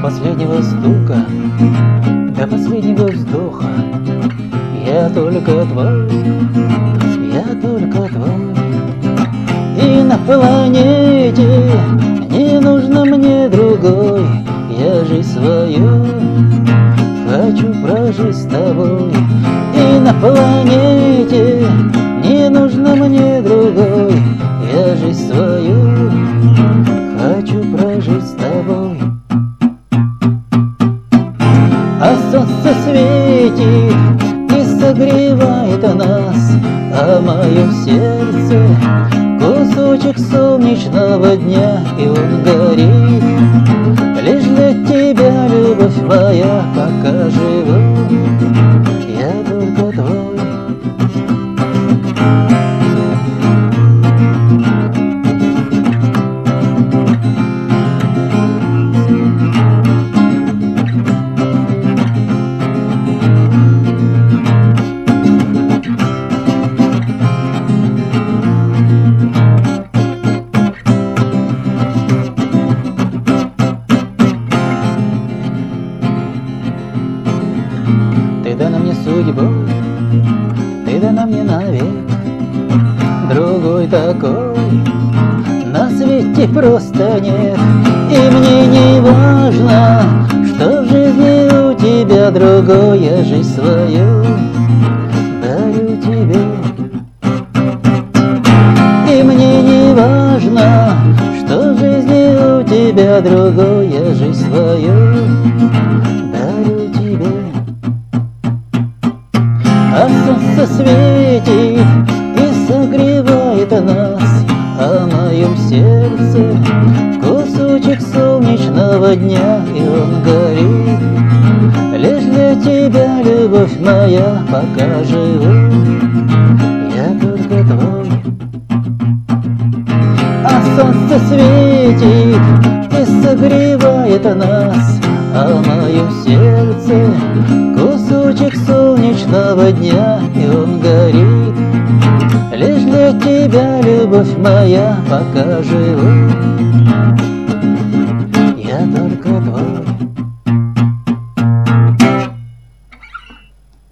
последнего стука, до последнего вздоха. Я только твой, я только твой. И на планете не нужно мне другой. Я жизнь свою хочу прожить с тобой. И на планете не нужно мне другой. Я жизнь свою хочу прожить с тобой. А солнце светит и согревает нас, а в моем сердце кусочек солнечного дня, и он горит. Лишь для тебя, любовь моя, пока живу, я только твой. Ты дана мне судьбой, ты дана мне навек. Другой такой на свете просто нет. И мне не важно, что в жизни у тебя другой. Я жизнь свою дарю тебе. И мне не важно, что в жизни у тебя другой. Я жизнь свою дарю тебе. А солнце светит и согревает нас, а в моем сердце кусочек солнечного дня, и он горит. Лишь для тебя, любовь моя, пока живу, я только твой. А солнце светит и согревает нас, а в моем сердце кусочек солнечного дня, и он горит. Лишь для тебя, любовь моя, пока живу,